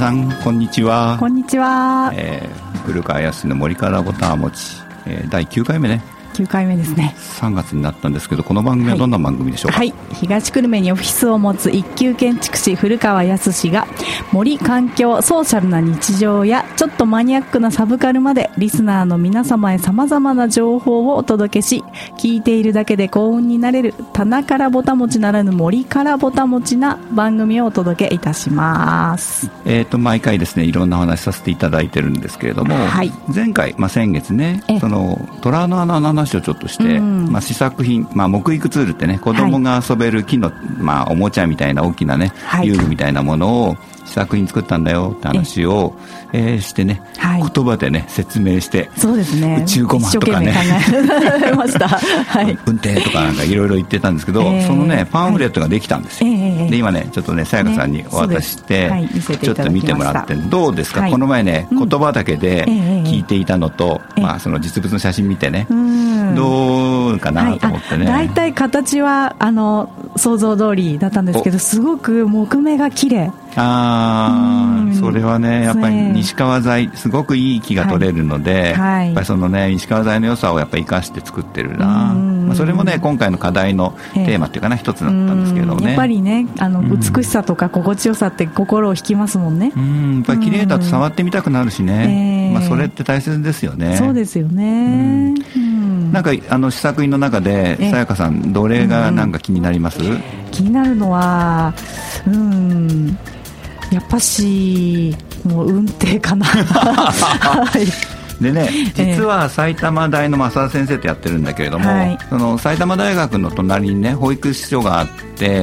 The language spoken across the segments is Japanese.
さんこんにちは。 こんにちは。 古川康の森からぼたもち、第9回目ね。 9回目ですね。 3月になったんですけど、この番組はどんな番組でしょうか。 はい、東久留米にオフィスを持つ一級建築士古川康が森、環境、ソーシャルな日常やちょっとマニアックなサブカルまでリスナーの皆様へ様々な情報をお届けし、聞いているだけで幸運になれる棚からぼたもちならぬ森からぼたもちな番組をお届けいたします。 毎回ですね、いろんな話させていただいてるんですけれども、はい、前回、先月ね、その虎の穴の話をちょっとして、試作品、木育ツールってね、子供が遊べる木の、おもちゃみたいな大きなね、遊具みたいなものを試作品作ったんだよって話を、してね、言葉でね説明して、 そうですね、 宇宙ゴマとかね、 一生懸命考えました、はい、 運転とかなんかいろいろ言ってたんですけど、そのねパンフレットができたんですよ、で今ねちょっとねさやかさんにお渡しして、ちょっと見てもらって、どうですか、この前ね、言葉だけで聞いていたのと、その実物の写真見てね、どうかなと思ってね、 だいたい形は想像通りだったんですけど、すごく木目が綺麗。 それはねやっぱり西川材すごくいい木が取れるので、やっぱりそのね西川材の良さをやっぱり生かして作ってるな。それもね今回の課題のテーマっていうかな、一つだったんですけどね。 やっぱりね美しさとか心地よさって心を引きますもんね。 やっぱり綺麗だと触ってみたくなるしね、それって大切ですよね。 そうですよね。 なんか試作品の中でさやかさんどれがなんか気になります？ 気になるのはやっぱしもう運転かなでね、実は埼玉大の増田先生とやってるんだけれども、その埼玉大学の隣にね保育所があって、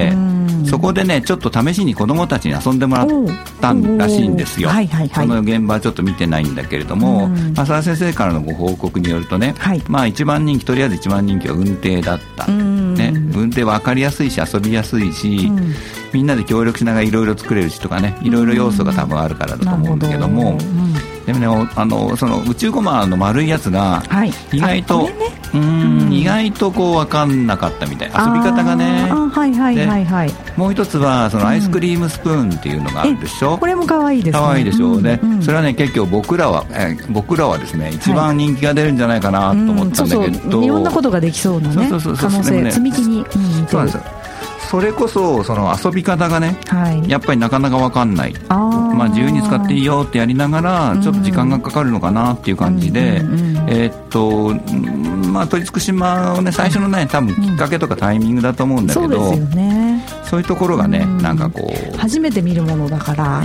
そこでねちょっと試しに子どもたちに遊んでもらったらしいんですよ。その現場はちょっと見てないんだけれども、増田先生からのご報告によるとね、一番人気、とりあえず一番人気は運転だった、ね、運転分かりやすいし遊びやすいし、みんなで協力しながらいろいろ作れるしとかね、いろいろ要素が多分あるからだと思うんだけども、でもねその宇宙ゴマの丸いやつが意外と、意外とこう分かんなかったみたい、遊び方がね。もう一つはそのアイスクリームスプーンっていうのがあるでしょ。 これも可愛いですね。 可愛いでしょうね。それはね結構僕らはですね一番人気が出るんじゃないかなと思ったんだけど、 いろんなことができそうなね可能性、積み木にそうなんですよ。それこそその遊び方がね、やっぱりなかなか分かんない。自由に使っていいよってやりながらちょっと時間がかかるのかなっていう感じで、取り付く島をね最初のね多分きっかけとかタイミングだと思うんだけど、 そうですよね。 そういうところがねなんかこう初めて見るものだから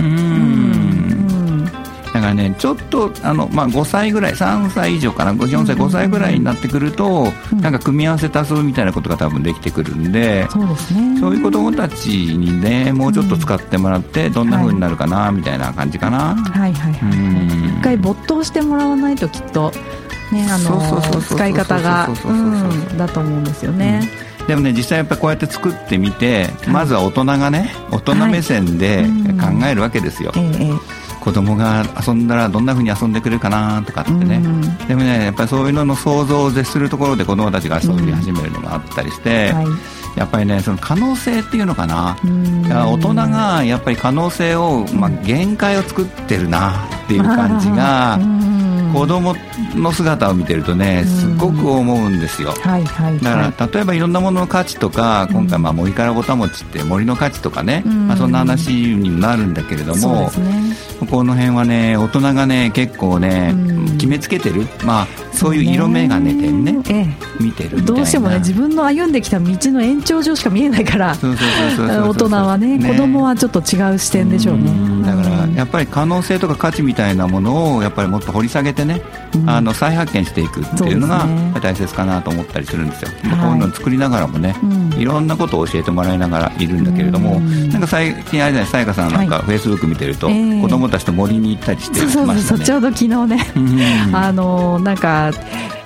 だからねちょっと5歳ぐらい、3歳以上かな、4歳5歳ぐらいになってくると、なんか組み合わせて遊ぶみたいなことが多分できてくるんで、そういう子どもたちにねもうちょっと使ってもらってどんな風になるかなみたいな感じかな。一回没頭してもらわないときっとね使い方がだと思うんですよね。でもね実際やっぱりこうやって作ってみて、まずは大人がね大人目線で考えるわけですよ。子供が遊んだらどんな風に遊んでくれるかなとかってね、でもねやっぱりそういうのの想像を絶するところで子供たちが遊び始めるのがあったりして、やっぱりねその可能性っていうのかな、大人がやっぱり可能性を、限界を作ってるなっていう感じが子供の姿を見てるとねすごく思うんですよ。だから例えばいろんなものの価値とか、今回森からぼたもちって森の価値とかね、そんな話にもなるんだけれども、この辺はね大人がね結構ね決めつけてる、そういう色眼鏡でね見てるみたいな。 どうしてもね自分の歩んできた道の延長上しか見えないから、大人はね子供はちょっと違う視点でしょうね。 だからやっぱり可能性とか価値みたいなものをやっぱりもっと掘り下げてね、再発見していくっていうのが大切かなと思ったりするんですよ。こういうのを作りながらもね、いろんなことを教えてもらいながらいるんだけれども、なんか最近あれじゃない、さやかさんなんかフェイスブック見てると、子供たちと森に行ったりしてましたね。 ちょうど昨日ねなんか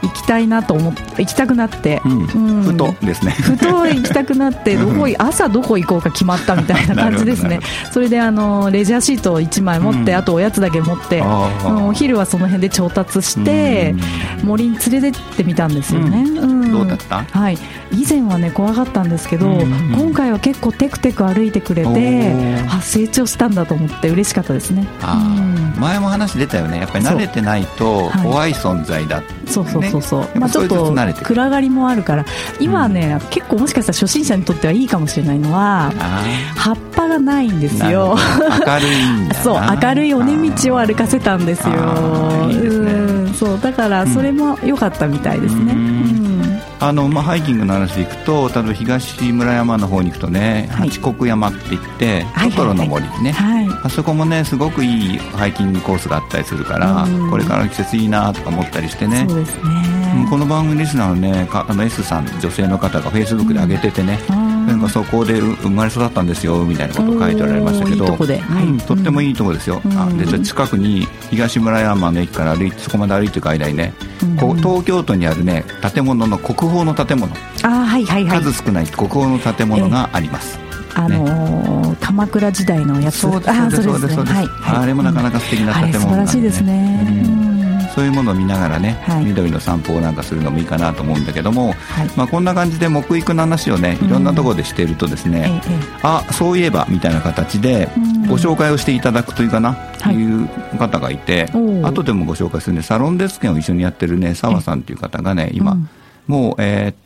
行きたいなと思って行きたくなって、 ふとですねふと行きたくなって朝どこ行こうか決まったみたいな感じですねそれでレジャーシートを1枚持って、あとおやつだけ持ってお昼はその辺で調達して森に連れてってみたんですよね、 どうだった？ はい、以前はね怖かったんですけど、今回は結構テクテク歩いてくれて成長したんだと思って嬉しかったですね。 前も話出たよね、やっぱり慣れてないと怖い存在だって、ね、 そう、ちょっと暗がりもあるから今はね、結構もしかしたら初心者にとってはいいかもしれないのは葉っぱがないんですよ。 明るいんだなそう、明るい尾根道を歩かせたんですよ。 いいですね。 そうだからそれも良かったみたいですね。 ハイキングの話でいくと、例えば東村山の方に行くとね、八国山って言ってトトロの森ね、あそこもねすごくいいハイキングコースがあったりするから、これからの季節いいなとか思ったりしてね。 そうですね。 この番組リスナーのねS さん、女性の方がフェイスブックで上げててね、なんかそこで生まれ育ったんですよみたいなことを書いておられましたけど、 いいとこで、 とってもいいとこですよ。で近くに東村山の駅からそこまで歩いていく間にね、東京都にあるね建物の国宝の建物、数少ない国宝の建物があります。 鎌倉時代のやつ。 そうです。あれもなかなか素敵な建物なんで、ね、 素晴らしいですね。 そういうものを見ながらね、緑の散歩をなんかするのもいいかなと思うんだけども、こんな感じで木育の話をねいろんなところでしているとですね、そういえばみたいな形でご紹介をしていただくというかな、いう方がいて、後でもご紹介するね、サロンデスケンを一緒にやってるね澤さんという方がね今、もう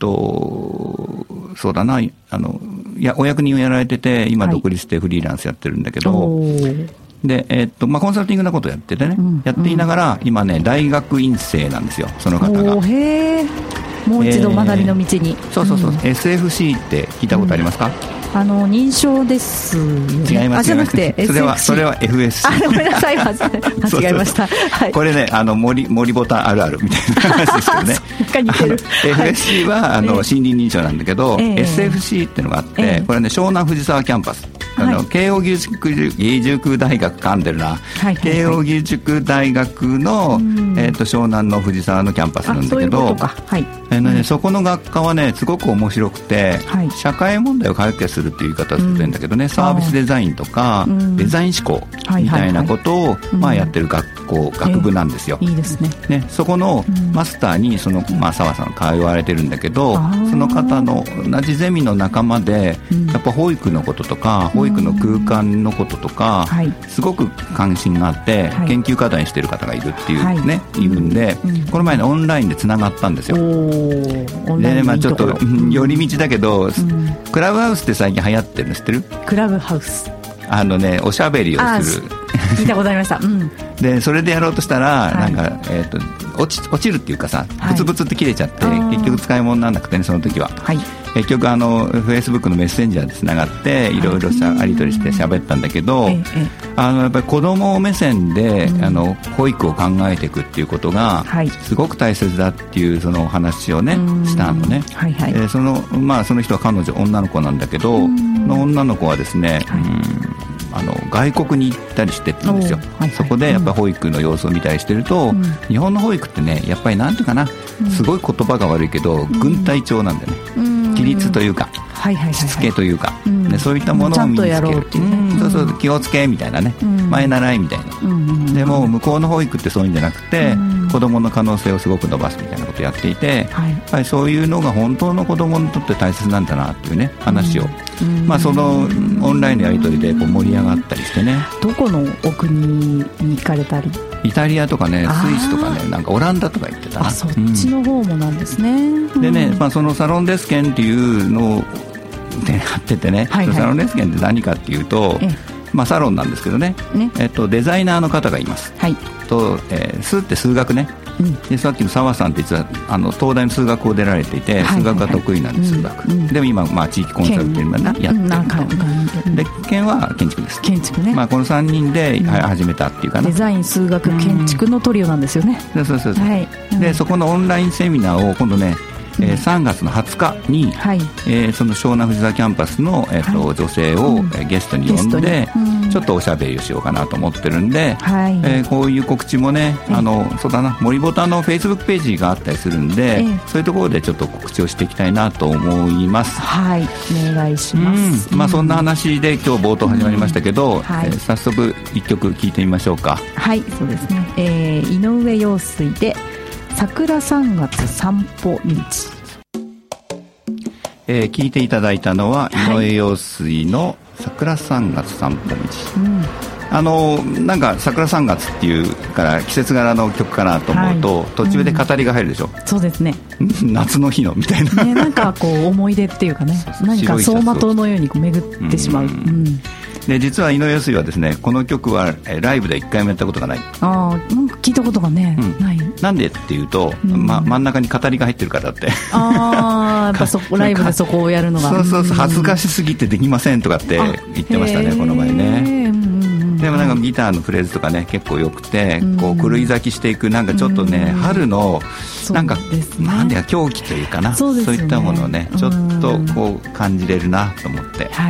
そうだな、お役人をやられてて今独立してフリーランスやってるんだけど、でコンサルティングなことをやっててね、やっていながら今ね大学院生なんですよ、その方が。 もう一度学びの道に。 そう、SFC って聞いたことありますか？ 認証ですよね。 違います。 じゃなくて SFC。 それは FSC。 ごめんなさい、間違えました。 これね森ボタンあるあるみたいな話ですけどね。 似てる。 FSC は森林認証なんだけど、SFC っていうのがあって、これね湘南藤沢キャンパス、慶應義塾大学噛んでるな、慶應義塾大学の湘南の藤沢のキャンパスなんだけど、そこの学科はねすごく面白くて、社会問題を解決するっていう言い方をするんだけどね、サービスデザインとかデザイン思考みたいなことをやってる学部なんですよ。 いいですね。 そこのマスターに澤さん通われてるんだけど、その方の同じゼミの仲間でやっぱ保育のこととか保育の空間のこととかすごく関心があって研究課題にしてる方がいるっていうね、いるんで、この前ねオンラインでつながったんですよ。でちょっと寄り道だけど、クラブハウスって最近流行ってるの知ってる？クラブハウスおしゃべりをする。 聞いたことありました。 でそれでやろうとしたら、なんか落ちるっていうかさ、ブツブツって切れちゃって、結局使い物にならなくてね、その時は。結局フェイスブックのメッセンジャーでつながっていろいろやり取りして喋ったんだけど、やっぱり子供目線で、保育を考えていくっていうことがすごく大切だっていうそのお話をねしたのね。その人は彼女女の子なんだけど、その女の子はですね、外国に行ったりしてるんですよ。そこでやっぱり保育の様子を見たりしてると、日本の保育ってねやっぱりなんていうかな、すごい言葉が悪いけど軍隊調なんだよね。規律というかしつけというか、そういったものを身につけるっていうね、気をつけみたいなね、前習いみたいな。でも向こうの保育ってそういうんじゃなくて、子どもの可能性をすごく伸ばすみたいなことをやっていて、やっぱりそういうのが本当の子どもにとって大切なんだなっていうね話を、そのオンラインのやり取りで盛り上がったりしてね。 どこのお国に行かれたり？ イタリアとかね、スイスとかね、なんかオランダとか行ってたな。 そっちの方もなんですね。 でね、そのサロンデスケンっていうのでやっててね、サロンデスケンって何かっていうと、サロンなんですけどね、デザイナーの方がいます。数って数学ね。でさっきの澤さんって実は東大の数学を出られていて、数学が得意なんです、数学。でも今、地域コンサルティングやってるで、県は建築です。 建築ね。この3人で始めたっていうかな。 デザイン、数学、建築のトリオなんですよね。 でそこのオンラインセミナーを今度ね 3月の20日に、その湘南藤沢キャンパスの、女性を、ゲストに呼んで、ちょっとおしゃべりをしようかなと思ってるんで、こういう告知もね、そうだな、森ボタンのフェイスブックページがあったりするんで、そういうところでちょっと告知をしていきたいなと思います。 はい、お願いします。 そんな話で今日冒頭始まりましたけど、早速一曲聴いてみましょうか。 はい、そうですね、井上陽水で桜3月散歩道。 聞いていただいたのは井上陽水の桜3月散歩道、なんか桜3月っていうから季節柄の曲かなと思うと、途中で語りが入るでしょ。 そうですね夏の日のみたいな、 なんかこう思い出っていうかね、何か走馬灯のようにこう巡ってしまう。 で実は井上陽水はですね、この曲はライブで1回もやったことがない。 なんか聞いたことがね、ない。 なんでっていうと、真ん中に語りが入ってるからだって。 やっぱライブでそこをやるのがそう恥ずかしすぎてできませんとかって言ってましたね、この前ね。でもなんかギターのフレーズとかね結構よくて、こう狂い咲きしていく、なんかちょっとね、春のなんかなんで狂気というかな、そういったものをねちょっとこう感じれるなと思って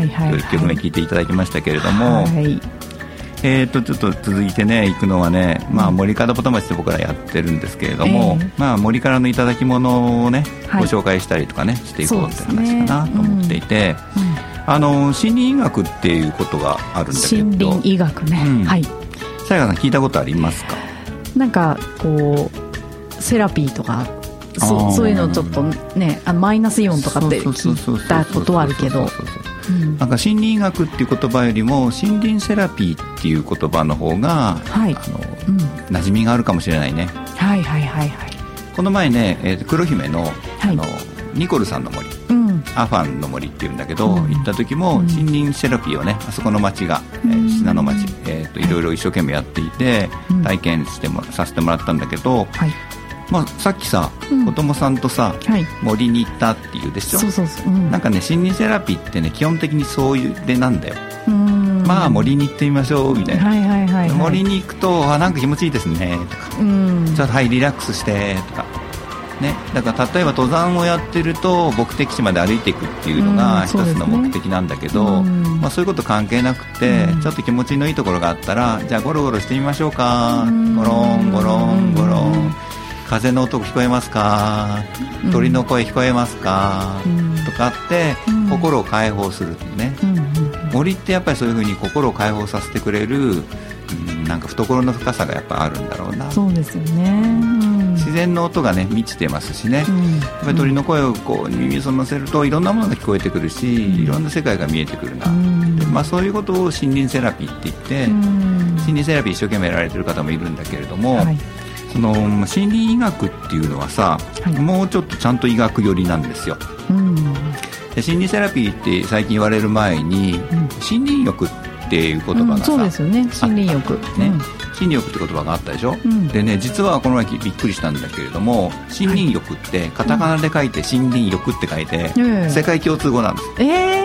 、1曲目聴いていただきましたけれども、ちょっと続いてね行くのはね、森門元町で僕らやってるんですけれども、森からの頂き物をね、ご紹介したりとかねしていこうって話かなと思っていて、森林医学っていうことがあるんだけど、 森林医学ね、 さやかさん聞いたことありますか？ なんかこうセラピーとかそういうのちょっとね、マイナスイオンとかって聞いたことはあるけど、なんか森林医学っていう言葉よりも森林セラピーっていう言葉の方が、馴染みがあるかもしれないね。この前ね、黒姫の、ニコルさんの森、アファンの森っていうんだけど、行った時も森林セラピーをね、あそこの町が、信濃町、いろいろ一生懸命やっていて、体験させてもらったんだけど、さっきさ、子供さんとさ、森に行ったっていうでしょ。なんかね、森林セラピーってね基本的にそういうでなんだよ。森に行ってみましょうみたいな、森に行くとなんか気持ちいいですねとか、ちょっとリラックスしてとかね、だから例えば登山をやってると目的地まで歩いていくっていうのが一つの目的なんだけど、そういうこと関係なくて、ちょっと気持ちのいいところがあったら、じゃあゴロゴロしてみましょうか、ゴロンゴロンゴロン、風の音聞こえますか、鳥の声聞こえますか、とかって心を解放するね、森ってやっぱりそういう風に心を解放させてくれる、なんか懐の深さがやっぱあるんだろうな。そうですよね、 自然の音がね満ちてますしね、やっぱり鳥の声をこう耳に乗せるといろんなものが聞こえてくるし、いろんな世界が見えてくるな、そういうことを森林セラピーって言って、森林セラピー一生懸命やられてる方もいるんだけれども、その森林医学っていうのはさ、もうちょっとちゃんと医学寄りなんですよ。で森林セラピーって最近言われる前に、森林浴っていう言葉がさ、 そうですよね、森林浴ね、森林浴って言葉があったでしょ、でね、実はこの前びっくりしたんだけれども、森林浴ってカタカナで書いて森林浴って書いて、世界共通語なんです。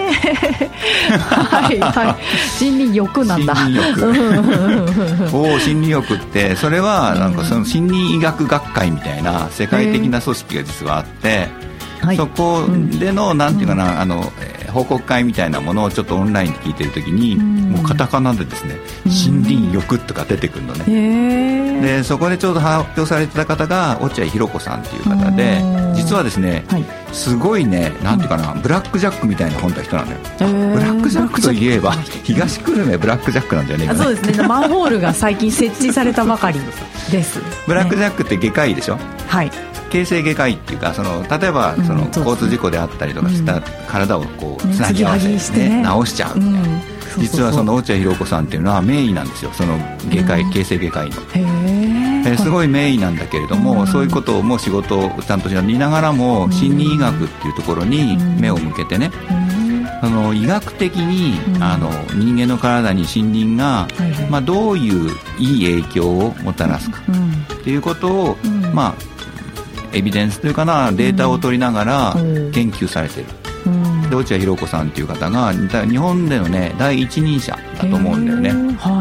森林浴なんだ。 森林浴森林浴ってそれはなんかその森林医学学会みたいな世界的な組織が実はあって、そこでのなんていうかな、報告会みたいなものをちょっとオンラインで聞いてるときに、もうカタカナでですね、森林浴とか出てくるのね。でそこでちょうど発表されてた方が落合博子さんっていう方で、実はですね、すごいね、なんていうかな、ブラックジャックみたいな本だ人なんだよ。ブラックジャックといえば東久留米ブラックジャックなんじゃねえかな。 そうですね、マンホールが最近設置されたばかりです。 ブラックジャックって外科医でしょ。形成外科医っていうか、例えば交通事故であったりとかした体をこうつなぎ合わせて、治しちゃうみたいな。実はその落合博子さんっていうのは名医なんですよ、その外科医、形成外科医の。すごい名医なんだけれども、そういうことも仕事をちゃんとやりながらも、森林医学っていうところに目を向けてね、医学的に人間の体に森林が、どういういい影響をもたらすかっていうことを、エビデンスというかな、データを取りながら研究されている。で落合博子さんっていう方が日本でのね第一人者だと思うんだよね。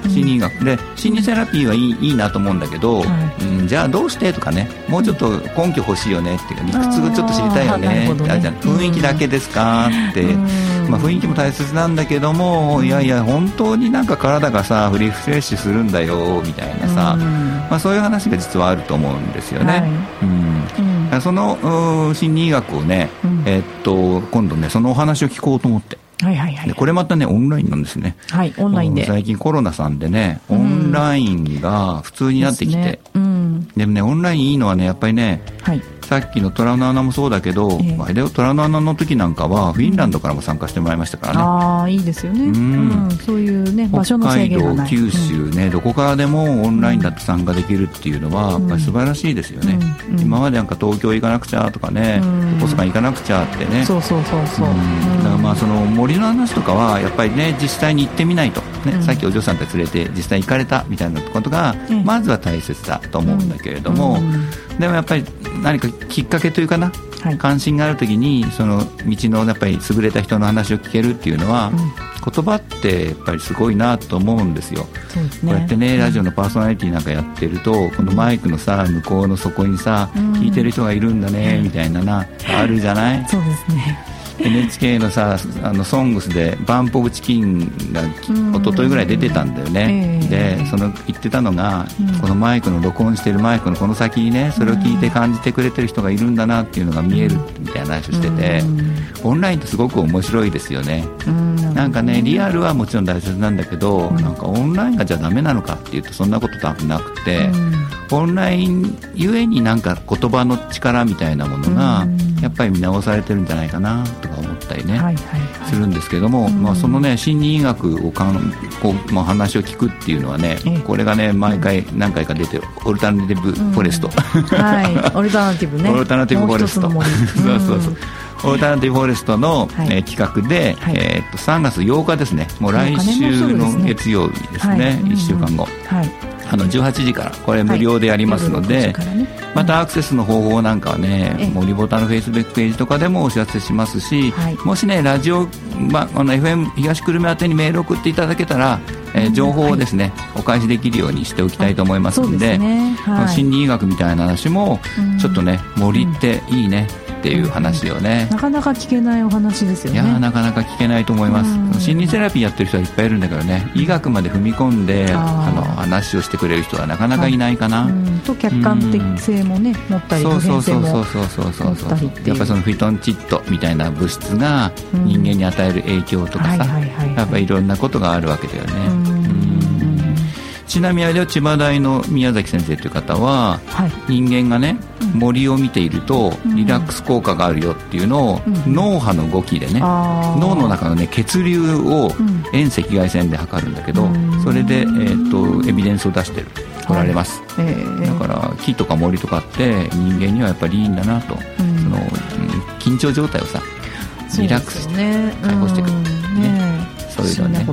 心理医学で心理セラピーはいいなと思うんだけど、じゃあどうしてとかね、もうちょっと根拠欲しいよねっていうか、理屈をちょっと知りたいよねってあるじゃん、雰囲気だけですかって、雰囲気も大切なんだけども、いやいや本当になんか体がさリフレッシュするんだよみたいなさ、そういう話が実はあると思うんですよね。その心理医学をね、今度ねそのお話を聞こうと思って、でこれまたねオンラインなんですね。 オンラインで最近コロナさんでねオンラインが普通になってきて、でもねオンラインいいのはねやっぱりね、さっきの虎の穴もそうだけど、あれだよ、虎の穴の時なんかはフィンランドからも参加してもらいましたからね。 いいですよね。そういうね場所の制限がない。 北海道、九州ね、どこからでもオンラインだと参加できるっていうのはやっぱり素晴らしいですよね。今までなんか東京行かなくちゃとかね、大阪行かなくちゃってね。 そう。 だからその森の話とかはやっぱりね実際に行ってみないとね、さっきお嬢さんたち連れて実際行かれたみたいなことがまずは大切だと思うんだけれども、でもやっぱり何かきっかけというかな、関心があるときにその道のやっぱり優れた人の話を聞けるっていうのは、言葉ってやっぱりすごいなと思うんですよ。こうやってねラジオのパーソナリティなんかやってると、このマイクのさ向こうの底にさ、聞いてる人がいるんだねみたいなあるじゃない。 そうですね。 NHK のさソングスでバンプオブチキンが一昨日ぐらい出てたんだよね。でその言ってたのが、このマイクの録音してるマイクのこの先にねそれを聞いて感じてくれてる人がいるんだなっていうのが見えるみたいな話をしてて、オンラインってすごく面白いですよね。なんかねリアルはもちろん大切なんだけど、なんかオンラインがじゃダメなのかっていうとそんなこと多分なくて、オンラインゆえになんか言葉の力みたいなものがやっぱり見直されてるんじゃないかなとか思ったりね、するんですけども、そのね心理医学を話を聞くっていうのはね、これがね毎回何回か出てるオルタナティブフォレスト、 オルタナティブね、 オルタナティブフォレストオルタナティブフォレストの、企画で、3月8日ですね、もう来週の月曜日ですね、1週間後、18時からこれ無料でやりますので、またアクセスの方法なんかはね森ボタのフェイスブックページとかでもお知らせしますし、もしねラジオ、FM 東久留米宛てにメールを送っていただけたら、情報をですね、お返しできるようにしておきたいと思いますので、心理医学みたいな話もちょっとね森っていいねっていう話をね、 なかなか聞けないお話ですよね。 いやなかなか聞けないと思います。心理セラピーやってる人はいっぱいいるんだけどね、医学まで踏み込んで話をしてくれる人はなかなかいないかな、 と客観的性もね持ったり、普遍性も持ったりっていう、 やっぱりそのフィトンチッドみたいな物質が人間に与える影響とかさ、やっぱりいろんなことがあるわけだよね。ちなみにあれは千葉大の宮崎先生という方は、人間がね森を見ているとリラックス効果があるよっていうのを、脳波の動きでね、脳の中のね血流を遠赤外線で測るんだけど、それで、エビデンスを出しておられます。だから木とか森とかって人間にはやっぱりいいんだなと、その緊張状態をさリラックスして解放してくるね、そういうのね。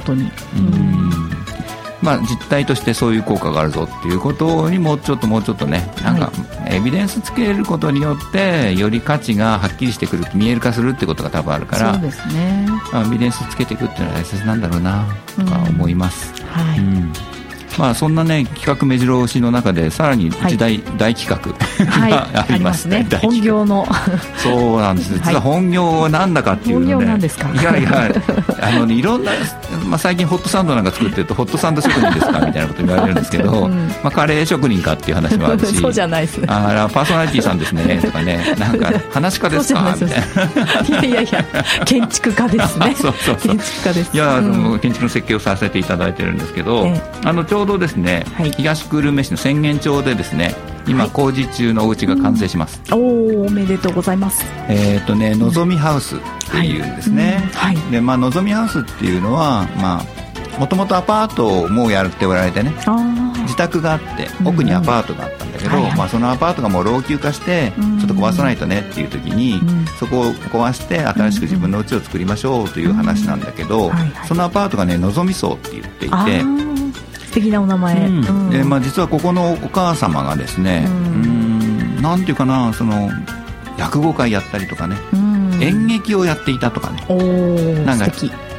実態としてそういう効果があるぞっていうことにもうちょっとね、なんかエビデンスつけることによってより価値がはっきりしてくる、見える化するってことが多分あるから、そうですね、エビデンスつけていくっていうのは大切なんだろうなとか思います。そんなね企画目白押しの中でさらに一大企画がありますね。 本業のそうなんです。実は本業はなんだかっていうので、 本業なんですか。 いろんな、最近ホットサンドなんか作ってるとホットサンド職人ですかみたいなこと言われるんですけど、カレー職人かっていう話もあるし、 そうじゃないです。 パーソナリティさんですねとかね、なんか話し家ですかみたいな。いや建築家ですね。建築家です。建築の設計をさせていただいてるんですけど、ちょうどですね、東久留米市の浅間町でですね今工事中のお家が完成します。 おめでとうございます。 のぞみハウスっていうんですね。でのぞみハウスっていうのはもともとアパートもやっておられてね、自宅があって奥にアパートがあったんだけど、そのアパートがもう老朽化してちょっと壊さないとねっていう時に、そこを壊して新しく自分の家を作りましょうという話なんだけど、そのアパートがねのぞみ荘って言っていて、 素敵なお名前。 で実はここのお母様がですね、なんていうかな、その落語会やったりとかね、演劇をやっていたとかね、なんか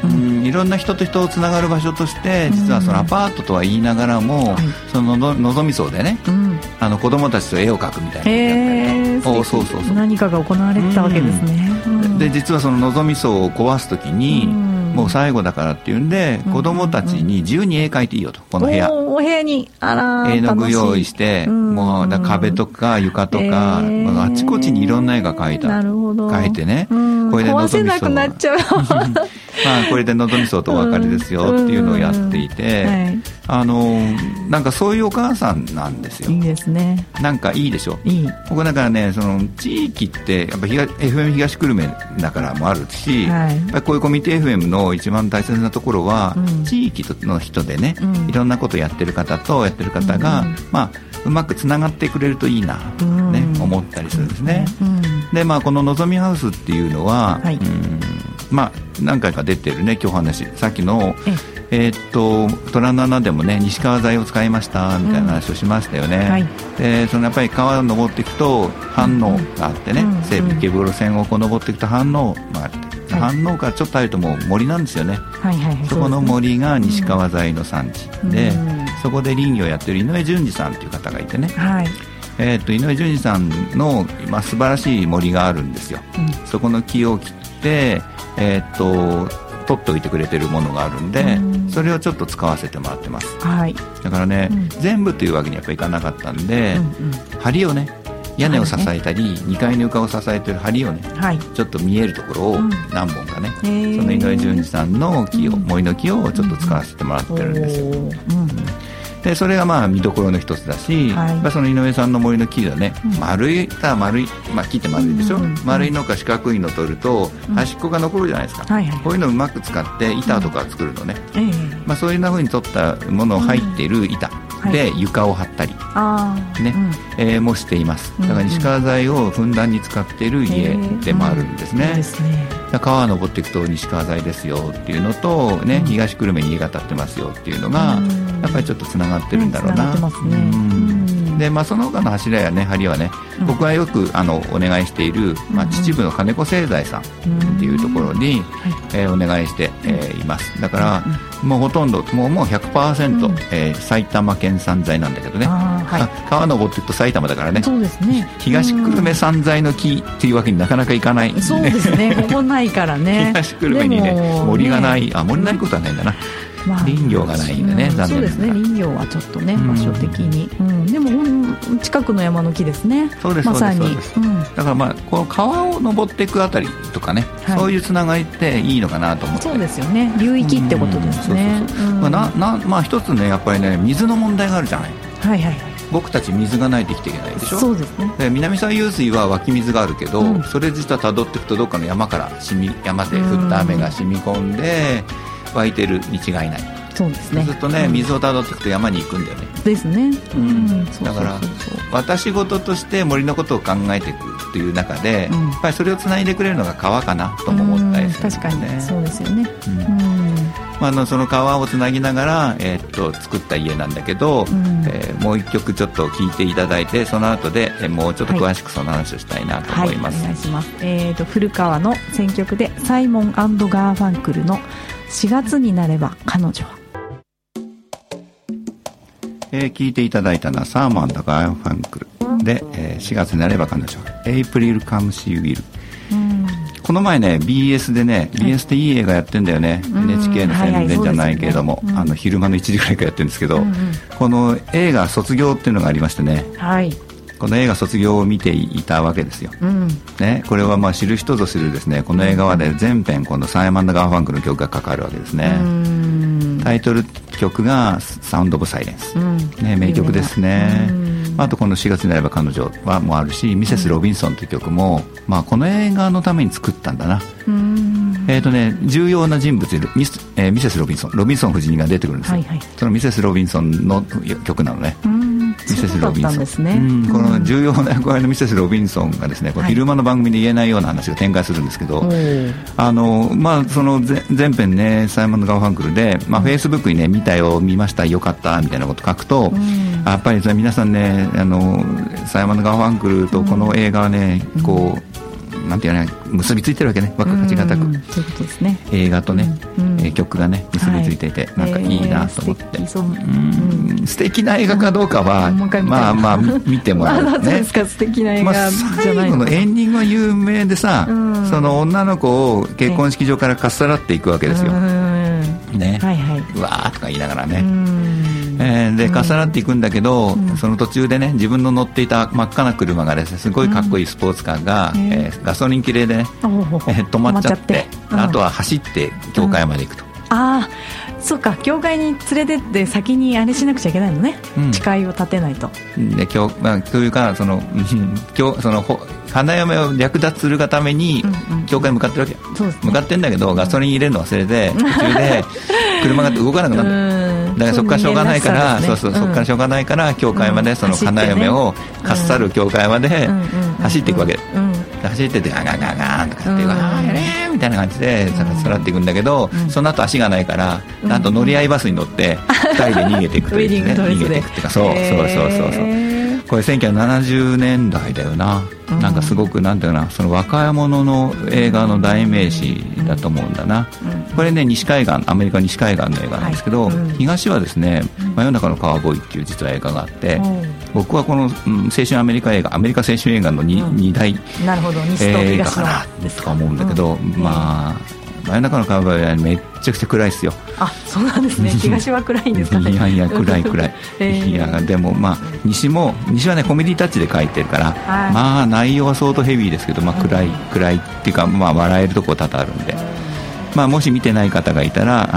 いろんな人と人をつながる場所として実はそのアパートとは言いながらも、そののぞみ荘でね、子供たちと絵を描くみたいなことやったり、そう何かが行われてたわけですね。 で実はそののぞみ荘を壊すときに、もう最後だからっていうんで、子供たちに自由に絵描いていいよと、この部屋、 お部屋に絵の具用意して、もう壁とか床とか、あちこちにいろんな絵が描いてね、これで壊せなくなっちゃうこれでのぞみ荘とお別れですよっていうのをやっていて、なんかそういうお母さんなんですよ。 いいですね。 なんかいいでしょ。僕だからね、その地域ってやっぱFM 東久留米だからもあるし、やっぱりこういうコミュニティ FM の一番大切なところは、地域の人でね、いろんなことをやってる方とやってる方が、うまくつながってくれるといいなと、ね、思ったりするんですね。でこののぞみハウスっていうのは、何回か出てるね、今日話さっきの虎7でもね、西川材を使いましたみたいな話をしましたよね。でそのやっぱり川を登っていくと反応があってね、西武池袋線を登っていくと反応があって、反応からちょっと入るともう森なんですよね。そこの森が西川材の産地で、そこで林業をやってる井上淳二さんという方がいてね、井上淳二さんの、素晴らしい森があるんですよ。そこの木を切って取っておいてくれてるものがあるんで、それをちょっと使わせてもらってます。だからね、全部というわけにやっぱりいかなかったんで、梁をね、屋根を支えたり、2階の床を支えてる梁をね、ちょっと見えるところを何本かね、その井上淳二さんの木を、森の木をちょっと使わせてもらってるんですよ。でそれが見どころの一つだし、その井上さんの森の木がね、丸い、木って丸いでしょ、丸いのか四角いの取ると端っこが残るじゃないですか。こういうのをうまく使って板とか作るのね。そういうふうに取ったものを入っている板で床を張ったり、もしています。だから西川材をふんだんに使っている家でもあるんですね。川を登っていくと西川材ですよっていうのと、東久留米に家が建ってますよっていうのがやっぱりちょっとつながってるんだろうな。でその他の柱やね、梁はね、僕はよくお願いしている、秩父の金子製材さんっていうところに、お願いして、います。だから、もうほとんどもう 100%、埼玉県産材なんだけどね、川登っていくと埼玉だからね、東久留米産材の木っていうわけになかなかいかない、 そうですね、ここないからね東久留米にね、森がない、森ないことはないんだな、林業がないんでね、残念ながら。 そうですね、林業はちょっとね、場所的に、でも近くの山の木ですね。まさにだからこの川を登っていくあたりとかね、そういうつながりっていいのかなと思って。 そうですよね、流域ってことですね。 一つね、やっぱりね、水の問題があるじゃない。僕たち水がないと生きていけないでしょ。 そうですね。 で南沢湧水は湧き水があるけど、それ実はたどっていくとどっかの山から山で降った雨が染み込んで湧いてるに違いない。 そうですね。 そうするとね、水をたどっていくと山に行くんだよね。 ですね。 だから私事として森のことを考えていくという中で、やっぱりそれをつないでくれるのが川かなとも思ったりするんですね。 確かにそうですよね。 その川をつなぎながら、作った家なんだけど、もう一曲ちょっと聴いていただいて、その後で、もうちょっと詳しくその話をしたいなと思います。 お願いします。古川の選曲でサイモン&ガーファンクルの4月になれば彼女は。 聴いていただいたのはサーモン&ガーファンクルで、4月になれば彼女は April Comes She Will。この前ね BS でね、BS っていい映画やってんだよね。NHK の宣伝じゃないけれども、昼間の1時ぐらいからやってるんですけど、この映画卒業っていうのがありましてね、この映画卒業を見ていたわけですよ、これは知る人ぞ知るですね、この映画はね、全編このサイモン&ガーファンクルの曲がかかるわけですね。タイトル曲がサウンド・オブ・サイレンス、名曲ですね。あとこの4月になれば彼女はもあるし、ミセス・ロビンソンという曲も、この映画のために作ったんだな。重要な人物いるミセス・ロビンソン夫人が出てくるんですよ、そのミセス・ロビンソンの曲なのね。ミセス・ロビンソン、この重要な役割のミセス・ロビンソンがですね、これ昼間の番組で言えないような話が展開するんですけど、その前編ね、サイモン&ガーファンクルで、フェイスブックにね、見たよ、見ました、よかったみたいなこと書くと、やっぱり皆さんね、サイモン&ガーファンクルとこの映画はね、こうなんていうかね、結びついてるわけね、若かちがたく。 そういうことですね。 映画とね、 曲がね結びついていて、なんかいいなと思って、素敵な映画かどうかはまあまあ見てもらうね。 そうですか、素敵な映画じゃないの。 最後のエンディングは有名でさ、その女の子を結婚式場からかっさらっていくわけですよ、ね、はいはい、うわーとか言いながらね、でかっさらっていくんだけど、その途中でね自分の乗っていた真っ赤な車がですね、すごいかっこいいスポーツカーが、ガソリン切れでね、止まっちゃって、あとは走って教会まで行くと、 ああそうか、教会に連れてって先にあれしなくちゃいけないのね、誓いを立てないと。 でというかその花嫁を略奪するがために教会に向かってるわけ、そうですね、向かってんだけどガソリン入れるの忘れて途中で車が動かなくなるだからそこからしょうがないから、そこからしょうがないから教会まで、その花嫁をかっさる教会まで走っていくわけ、走っててガンガンガンガンとかっていうか、やれーみたいな感じでさらっていくんだけど、その後足がないからあと乗り合いバスに乗って2人で逃げていくというね、逃げていくっていうか、そうこれ1970年代だよな、なんかすごくなんていうかな、その若者の映画の代名詞だと思うんだな、これね西海岸、アメリカ西海岸の映画なんですけど、東はですね真夜中のカウボーイっていう実は映画があって、僕はこの、青春アメリカ映画、アメリカ青春映画の 2大映画かなとか思うんだけど、まあ真夜中のカウボーイはめっちゃくちゃ暗いですよ。 あ、そうなんですね。東は暗いんですかね。 いやいや暗いいやでもまあ西はねコメディタッチで書いてるから、まあ内容は相当ヘビーですけど、まあ暗いっていうか、まあ笑えるところ多々あるんで、まあ、もし見てない方がいたら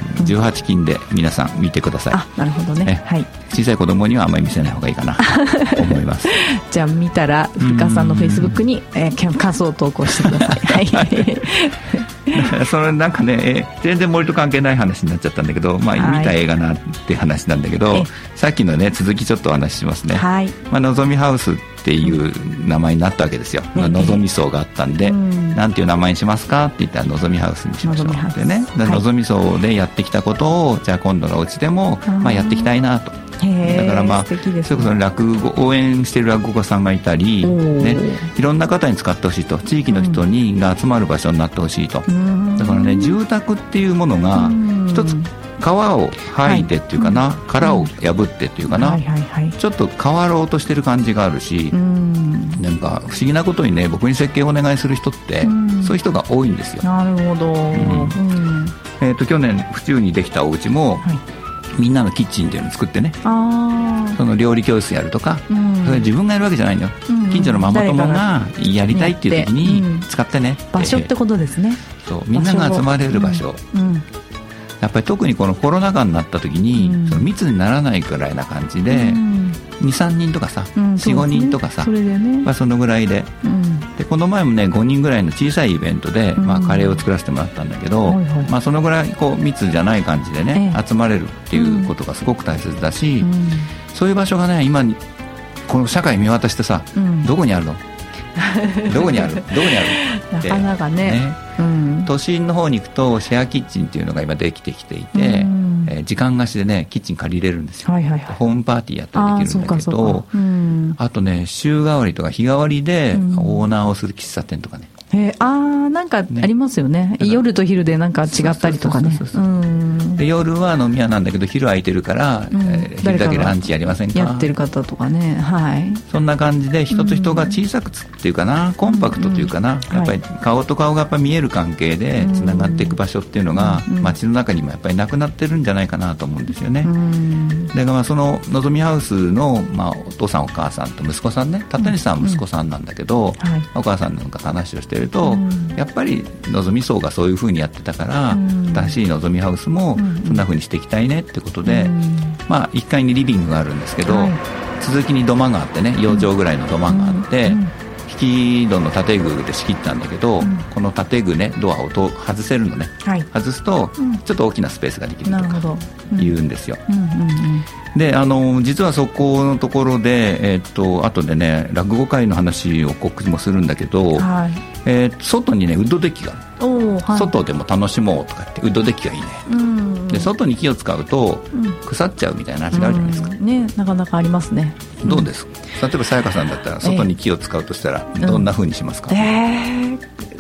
18禁で皆さん見てください。 あ、なるほどね、はい、 小さい子供にはあんまり見せない方がいいかなと思いますじゃあ見たら古川さんのフェイスブックに、感想を投稿してくださいはいそれなんかね、全然森と関係ない話になっちゃったんだけど、まあ、見た映画なって話なんだけど、さっきのね続きちょっとお話ししますね、まあ、のぞみハウスっていう名前になったわけですよ、のぞみ荘があったんで、なんていう名前にしますかって言ったらのぞみハウスにしましょうってね、のぞみ荘でやってきたことをじゃあ今度のお家でもまあやっていきたいなと。だからまあそれこそ応援してる落語家さんがいたり、ね、いろんな方に使ってほしいと、地域の人が集まる場所になってほしいと、だからね住宅っていうものが一つ皮を剥いてっていうかな、殻を破ってっていうかな、ちょっと変わろうとしてる感じがあるし、なんか不思議なことにね僕に設計をお願いする人ってそういう人が多いんですよ。 なるほど、 去年府中にできたお家も、みんなのキッチンっていうのを作ってね、その料理教室やるとか、それ自分がやるわけじゃないのよ、近所のママ友がやりたいっていう時に使ってね、 場所ってことですね。 そうみんなが集まれる場所、やっぱり特にこのコロナ禍になった時に、その密にならないくらいな感じで、2,3 人とかさ、4,5 人とかさ、まあ、そのぐらいで、でこの前もね5人ぐらいの小さいイベントで、まあ、カレーを作らせてもらったんだけど、まあ、そのぐらいこう密じゃない感じでね、集まれるっていうことがすごく大切だし、そういう場所がね今この社会見渡してさ、どこにあるのどこにあるなかなかね、 都心の方に行くとシェアキッチンっていうのが今できてきていて、時間貸しでねキッチン借りれるんですよ、ホームパーティーやったらできるんだけど、あとね週替わりとか日替わりでオーナーをする喫茶店とかね、 なんかありますよね、夜と昼でなんか違ったりとかね。 で夜は飲み屋なんだけど昼空いてるから、昼だけランチやりませんかやってる方とかね、 そんな感じで人と人が小さくっていうかな、コンパクトというかな、やっぱり顔と顔がやっぱ見える関係でつながっていく場所っていうのが街の中にもやっぱりなくなってるんじゃないかなと思うんですよね。だからまあそののぞみハウスの、まあ、お父さんお母さんと息子さんね、立西さんは息子さんなんだけど、お母さんなんか話をしてると、やっぱりのぞみ荘がそういう風にやってたから、新しいのぞみハウスもそんな風にしていきたいねってことで、まあ1階にリビングがあるんですけど、続きに土間があってね、4畳ぐらいの土間があって、引き戸の建具で仕切ったんだけど、この建具ねドアを外せるのね、外すとちょっと大きなスペースができるとか言うんですよ。で実はそこのところで、後でね落語会の話を告知もするんだけど、外にねウッドデッキがある、外でも楽しもうとかってウッドデッキがいいね、で外に木を使うと腐っちゃうみたいな話があるじゃないですか、 なかなかありますね。 どうですか、例えばさやかさんだったら外に木を使うとしたらどんな風にしますか？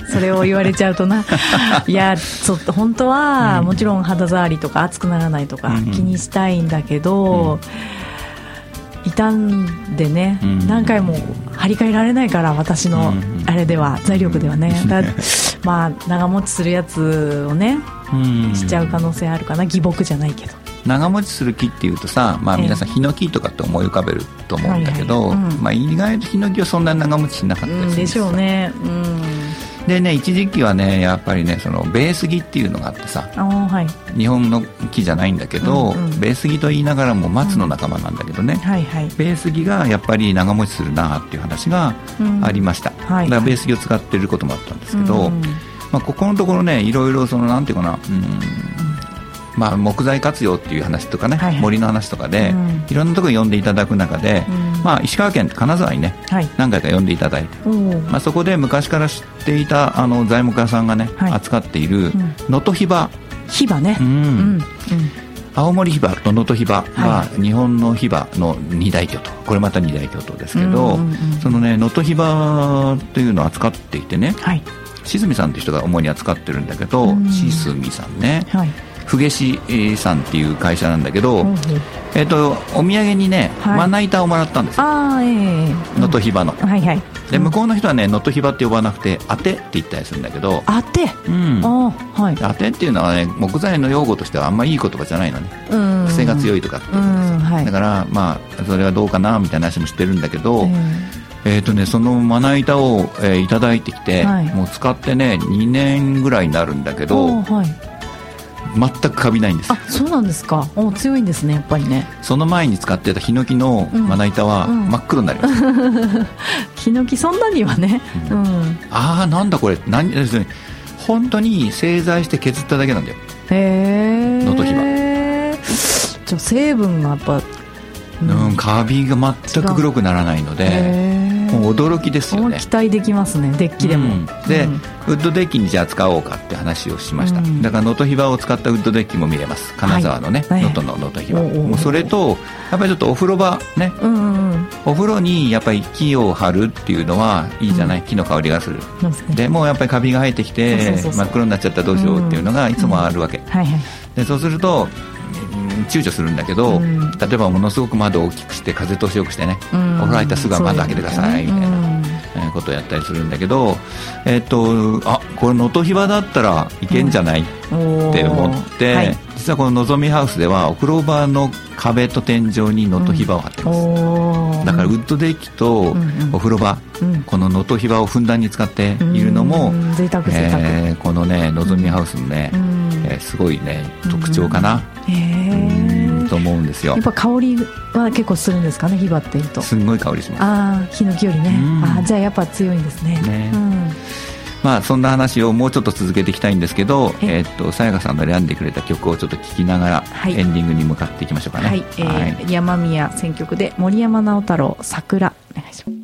それを言われちゃうといや本当はもちろん肌触りとか熱くならないとか気にしたいんだけど、傷んでね、何回も張り替えられないから、私のあれでは財力ではね、まあ長持ちするやつをね、しちゃう可能性あるかな。義木じゃないけど、 長持ちする木っていうとさ、まあ、皆さんヒノキとかって思い浮かべると思うんだけど、まあ、意外とヒノキはそんなに長持ちしなかったりするんですよ、 でしょうね。 でね、一時期はねやっぱりね、そのベース木っていうのがあってさ、日本の木じゃないんだけど、ベース木と言いながらも松の仲間なんだけどね、ベース木がやっぱり長持ちするなっていう話がありました、だからベース木を使ってることもあったんですけど、まあ、ここのところね、いろいろそのなんていうかな、まあ、木材活用っていう話とかね、森の話とかで、いろんなところに呼んでいただく中で、まあ、石川県金沢にね、何回か呼んでいただいて、まあ、そこで昔から知っていた材木屋さんがね、扱っている能登ヒバ、 ね、 青森ヒバと能登ヒバは日本のヒバの二大巨頭、これまた二大巨頭ですけど、そのね能登ヒバというのを扱っていてね、しずみさんという人が主に扱ってるんだけど、しずみさんね、ふげしさんっていう会社なんだけど、お土産にね、まな板をもらったんですよ、能登ヒバの、で向こうの人はね能登ヒバって呼ばなくてあてって言ったりするんだけど、 あて、 あてっていうのはね、木材の用語としてはあんまりいい言葉じゃないのね、癖が強いとかって言うんですよ、だからまあそれはどうかなみたいな話もしてるんだけど、そのまな板を、いただいてきて、もう使ってね2年ぐらいになるんだけど、全くカビないんです。 あ、そうなんですか。強いんですね、やっぱりね。 その前に使ってたヒノキのまな板は真っ黒になります、 ヒノキそんなにはね、 ああなんだこれ、本当に製材して削っただけなんだよ、能登ヒバ。 じゃあ成分がやっぱ、 カビが全く黒くならないので、もう驚きですよね。 期待できますね、デッキでも、 で、ウッドデッキにじゃあ使おうかって話をしました、だから能登ヒバを使ったウッドデッキも見れます、金沢のね、能登の能登ヒバ、もうそれとやっぱりちょっとお風呂場ね、お風呂にやっぱり木を張るっていうのはいいじゃない、木の香りがする、でもうやっぱりカビが生えてきて真っ黒になっちゃったらどうしようっていうのがいつもあるわけ、でそうすると躊躇するんだけど、例えばものすごく窓を大きくして風通しよくしてね、お風呂入ったらすぐ窓開けてくださいみたいなことをやったりするんだけど、これ能登ヒバだったらいけんじゃないって思って、実はこののぞみハウスではお風呂場の壁と天井に能登ヒバを貼ってます、だからウッドデッキとお風呂場、この能登ヒバをふんだんに使っているのも、このねのぞみハウスのね、すごいね特徴かな、と思うんですよ。 やっぱ香りは結構するんですかね、ヒバっていうと。 すんごい香りします。 ヒノキよりね、じゃあやっぱ強いんですね。 まあそんな話をもうちょっと続けていきたいんですけど、さやかさんが選んでくれた曲をちょっと聴きながら、エンディングに向かっていきましょうかね。 山宮選曲で森山直太朗桜、お願いします。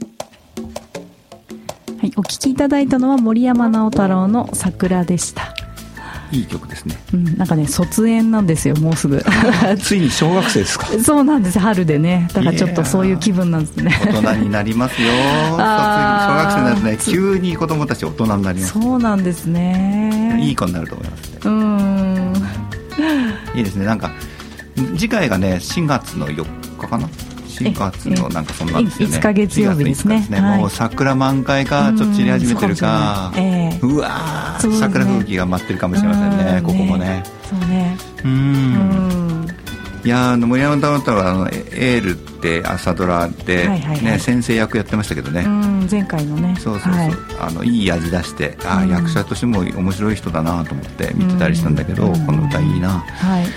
お聴きいただいたのは森山直太朗の桜でした。 いい曲ですね、 なんかね卒園なんですよ、もうすぐついに小学生ですか。 そうなんです、春でね、だからちょっとそういう気分なんですね。 大人になりますよ小学生になるとね、急に子供たち大人になります。 そうなんですね、 いい子になると思いますね。いいですね。なんか次回がね4月の4日かな、4月のなんかそんなんですよね。 5日月曜日ですね。 もう桜満開かちょっと散り始めてるか、うわー、桜吹雪が待ってるかもしれませんね、ここもね。 そうね。 いや森山直太朗はエールって朝ドラで先生役やってましたけどね、 前回のね、 そういい味出して、役者としても面白い人だなと思って見てたりしたんだけど、この歌いいな。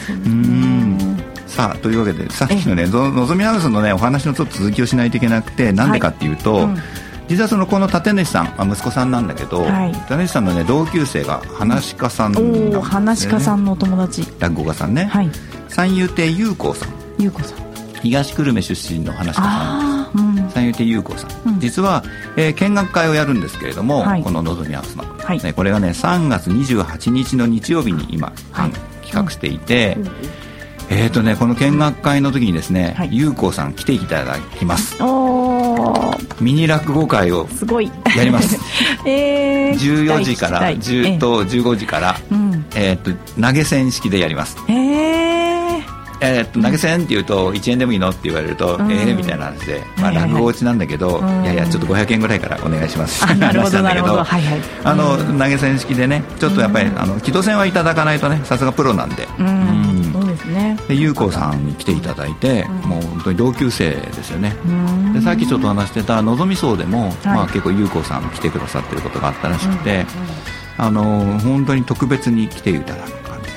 さあというわけで、さっきのねのぞみハウスのねお話のちょっと続きをしないといけなくて、なんでかっていうと、実はこの立主さん、息子さんなんだけど、立主さんのね同級生が噺家さんなんですよね。 噺家さんのお友達、 落語家さんね、三遊亭遊光さん、東久留米出身の噺家さんです。三遊亭遊光さん、実は、見学会をやるんですけれども、こののぞみハウスの、これがね3月28日の日曜日に今、企画していて、この見学会の時にですね、遊光さん来ていただきます。 ミニ落語会をすごいやります 14 時から10と15時から、投げ銭式でやります。投げ銭って言うと1円でもいいのって言われると、みたいな話で、落語落ちなんだけど、いやいやちょっと500円ぐらいからお願いしますって話なんだけど、投げ銭式でね、ちょっとやっぱり木戸銭はいただかないとね、さすがプロなんで、 そうですね。 で優子さんに来ていただいて、もう本当に同級生ですよね。でさっきちょっと話してたのぞみ荘でも、結構優子さん来てくださってることがあったらしくて、本当に特別に来ていただく感じです。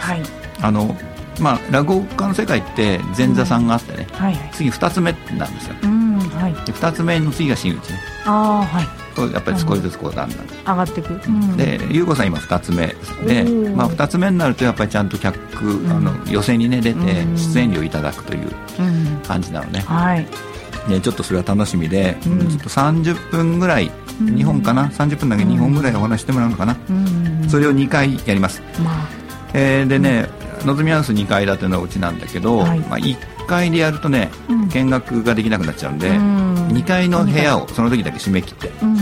落語家の世界って前座さんがあってね、次2つ目なんですよ。で2つ目の次が真打ちね。やっぱり少しずつこうだんだん上がっていく。 で優子さん今2つ目で、2つ目になるとやっぱりちゃんと予選にね出て出演料いただくという感じなのね。でちょっとそれは楽しみで、ちょっと30分ぐらい、2本かな、30分だけ2本ぐらいお話してもらうのかな、それを2回やります。でね、のぞみハウス2階建てのうちなんだけど、1階でやるとね、見学ができなくなっちゃうんで、2階の部屋をその時だけ締め切って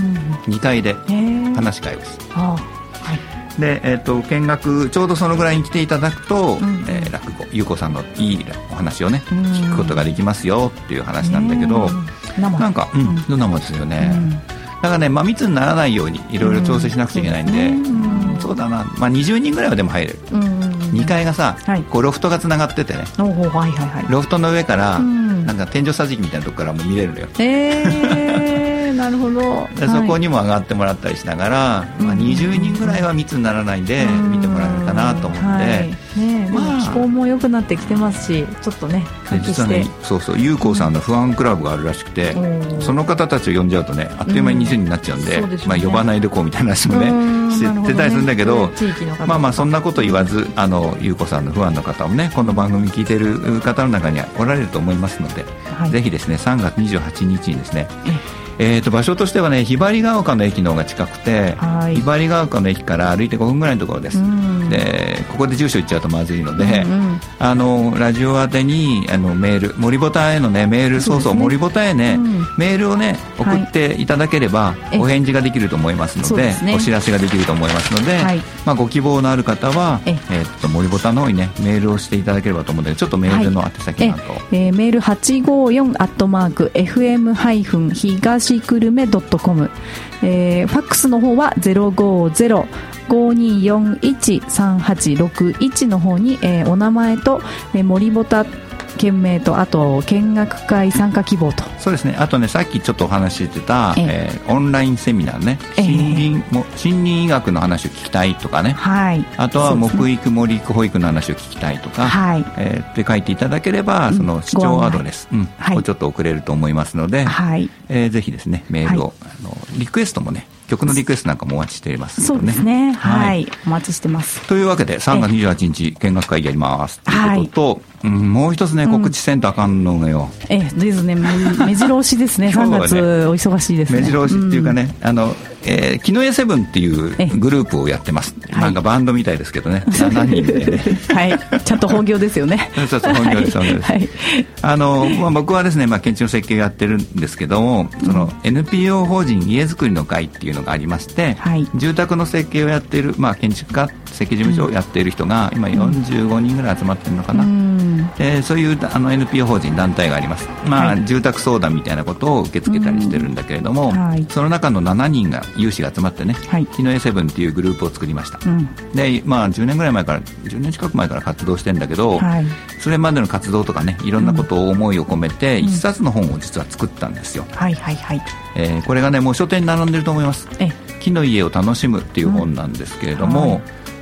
、2階で話し会をして、で、見学ちょうどそのぐらいに来ていただくと、落語優子さんのいいお話をね、聞くことができますよっていう話なんだけど、なんか生ですよね。だからね、密にならないようにいろいろ調整しなくちゃいけないんで、そうだな、20人ぐらいはでも入れる。2階がさ、こうロフトがつながっててね、ロフトの上からなんか天井桟敷みたいなとこからも見れるのよ。なるほど。でそこにも上がってもらったりしながら、20人ぐらいは密にならないで見てもらえるかなと思って、 気候も良くなってきてますし、ちょっとね実はね、優子さんのファンクラブがあるらしくて、その方たちを呼んじゃうとね、あっという間に20人になっちゃうんで、呼ばないでこうみたいな話もねしてたりするんだけど、そんなこと言わず、優子さんのファンの方もね、この番組聞いてる方の中にはおられると思いますので、ぜひですね、3月28日にですね、場所としてはね、ひばりが丘の駅の方が近くて、ひばりが丘の駅から歩いて5分ぐらいのところです。でここで住所言っちゃうとまずいので、ラジオ宛てにメール、森ボタンへのねメール、森ボタンへね、メールをね送っていただければ、お返事ができると思いますので、お知らせができると思いますので、ご希望のある方は森ボタンの方にねメールをしていただければと思うので、ちょっとメールの宛先なんかを、 メール 854@fm- 東久留米 .com、ファックスの方は 050-5241-3861 の方に、お名前と、森ボタ件名と、あと見学会参加希望と。 そうですね。あとね、さっきちょっとお話ししてた、オンラインセミナーね、森林医学の話を聞きたいとかね、あとは木育森育保育の話を聞きたいとか、って書いていただければ、その視聴アドレスをちょっと送れると思いますので、ぜひですねメールを、リクエストもね、曲のリクエストなんかもお待ちしていますので、ね、 そうですね、お待ちしてます。 というわけで3月28日見学会やりますということと、もう一つね、告知せんとあかんのよ。 ですね、目白押しですね。3月お忙しいですね。 目白押しっていうかね、木の絵セブンっていうグループをやってます。なんかバンドみたいですけどね、7人でねちゃんと本業ですよね。 そう本業です、本業です。僕はですね、建築の設計をやってるんですけども、その NPO 法人家づくりの会っていうのがありまして、住宅の設計をやっている、建築家設計事務所をやっている人が今45人ぐらい集まってるのかな。そういうNPO 法人団体があります。住宅相談みたいなことを受け付けたりしてるんだけれども、その中の7人が有志が集まってね、木の絵セブンっていうグループを作りました。で、10年ぐらい前から、10年近く前から活動してるんだけど、それまでの活動とかね、いろんなことを思いを込めて一冊の本を実は作ったんですよ。これがね、もう書店に並んでると思います。木の家を楽しむっていう本なんですけれども、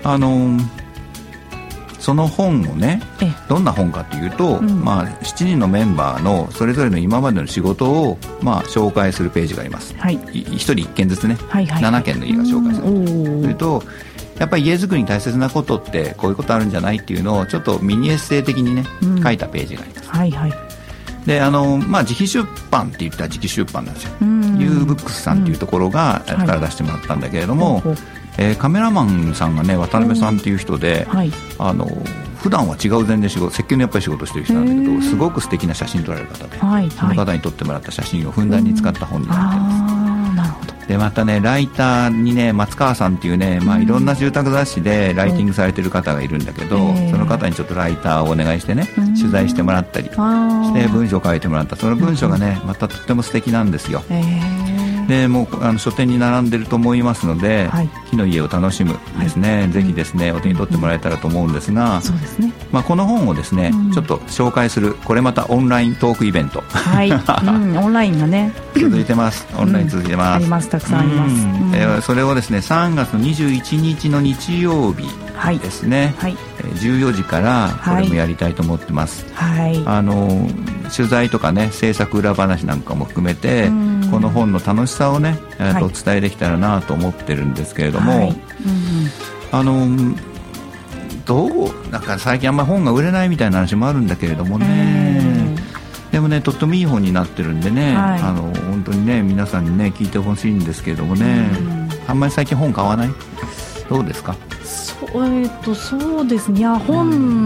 その本をね、どんな本かというと、7人のメンバーのそれぞれの今までの仕事を、紹介するページがあります。1人1件ずつね、7件の家が紹介する。それとやっぱり家づくりに大切なことってこういうことあるんじゃないっていうのをちょっとミニエッセイ的にね、書いたページがあります。で自費出版って言ったら自費出版なんですよ。U ブックスさんっていうところがから出してもらったんだけれども、 カメラマンさんがね渡辺さんっていう人で、はい、普段は違う全然設計のやっぱり仕事してる人なんだけど、すごく素敵な写真撮られる方で、はいはい、その方に撮ってもらった写真をふんだんに使った本になってます。なるほど。でまたねライターにね松川さんっていうね、いろんな住宅雑誌でライティングされてる方がいるんだけど、その方にちょっとライターをお願いしてね取材してもらったりして文章を書いてもらった。その文章がねまたとっても素敵なんですよ。でもう書店に並んでると思いますので、はい、木の家を楽しむですね、はい、ぜひですねお手に取ってもらえたらと思うんですが、そうですね、この本をですね、ちょっと紹介するこれまたオンライントークイベント、はい、 オンラインがね続いてます。オンライン続いてます、 あります、たくさんあります、 それをですね3月の21日の日曜日ですね、はい、14時からこれもやりたいと思ってます、はい、取材とかね制作裏話なんかも含めてこの本の楽しさをね、お伝えできたらなと思ってるんですけれども、はい、なんか最近あんまり本が売れないみたいな話もあるんだけれどもね、でもねとってもいい本になってるんでね、はい、本当にね皆さんにね聞いてほしいんですけれどもね、あんまり最近本買わない？どうですか？ そうですね、いや本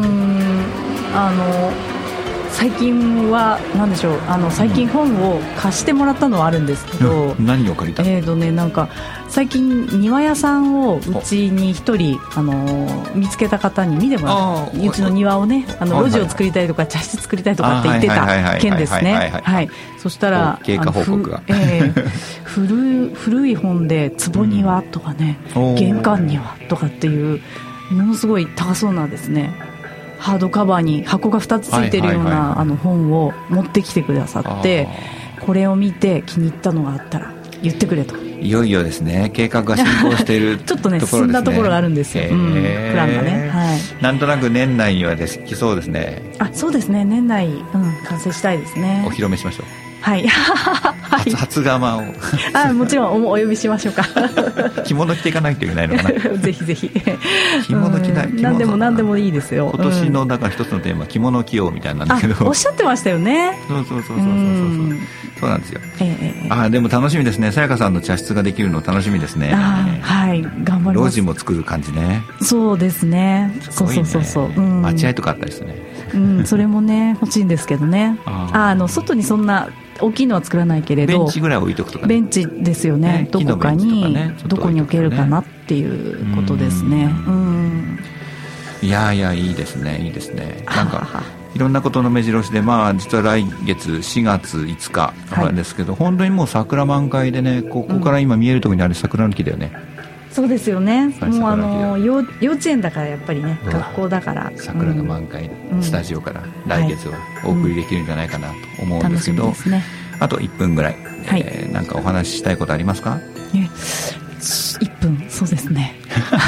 最近は何でしょう、最近本を貸してもらったのはあるんですけど、 何を借りた？ なんか最近庭屋さんをうちに一人見つけた方に見てもらった。うちの庭をね路地を作りたいとか茶室作りたいとかって言ってた件ですね。そしたら経過報告が古い本で坪庭とかね、玄関庭とかっていうものすごい高そうなですねハードカバーに箱が2つついてるような本を持ってきてくださって、これを見て気に入ったのがあったら言ってくれと。 いよいよですね、計画が進行しているちょっとね進んだところがあるんですよ、プランがね、はい、 なんとなく年内には来そうですね。 そうですね、年内、完成したいですね。 お披露目しましょう。 はい、 初釜をもちろんお呼びしましょうか。 着物着ていかないといけないのかな。 ぜひぜひ着物着ない、 何でもいいですよ。 今年のだから一つのテーマ着物着ようみたいなんだけど、 おっしゃってましたよね。 そうなんですよ。でも楽しみですね。さやかさんの茶室ができるの楽しみですね。はい、頑張ります。路地も作る感じね。 そうですね。そう待合とかあったりしてね。 それもね欲しいんですけどね。外にそんな大きいのは作らないけれどベンチぐらい置いとくとかね。 ベンチですよね。どこかにどこに置けるかなっていうことですね。 いやいいですね、いいですね。なんかいろんなことの目白押しで、実は来月4月5日なんですけど、本当にもう桜満開でね、ここから今見えるところにある桜の木だよね。 そうですよね。もう幼稚園だからやっぱりね、学校だから桜が満開、スタジオから来月はお送りできるんじゃないかなと思うんですけど、あと1分ぐらい、なんかお話ししたいことありますか ？1分、そうですね。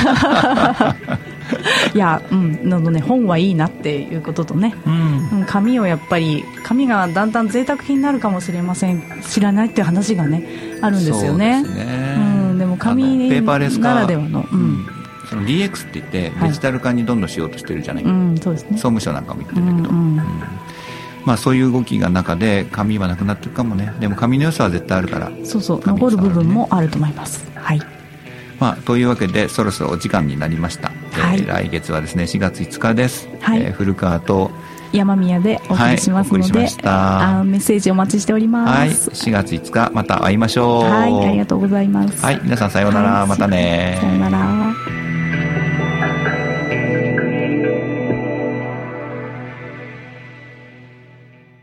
いや、本はいいなっていうこととね、紙をやっぱり紙がだんだん贅沢品になるかもしれません。知らないっていう話がねあるんですよね。でも紙ペーパーレス化ならではの、 その DX って言ってデジタル化にどんどんしようとしてるじゃないか、 そうですね、 総務省なんかも言ってるんだけど、そういう動きが中で紙はなくなってるかもね。でも紙の良さは絶対あるから、 残る部分もあると思います。はい。 というわけでそろそろお時間になりました。来月はですね4月5日です。古川と山宮でお送りしますので、メッセージお待ちしております。 4月5日また会いましょう。 ありがとうございます。 皆さんさようなら、またね。 さようなら。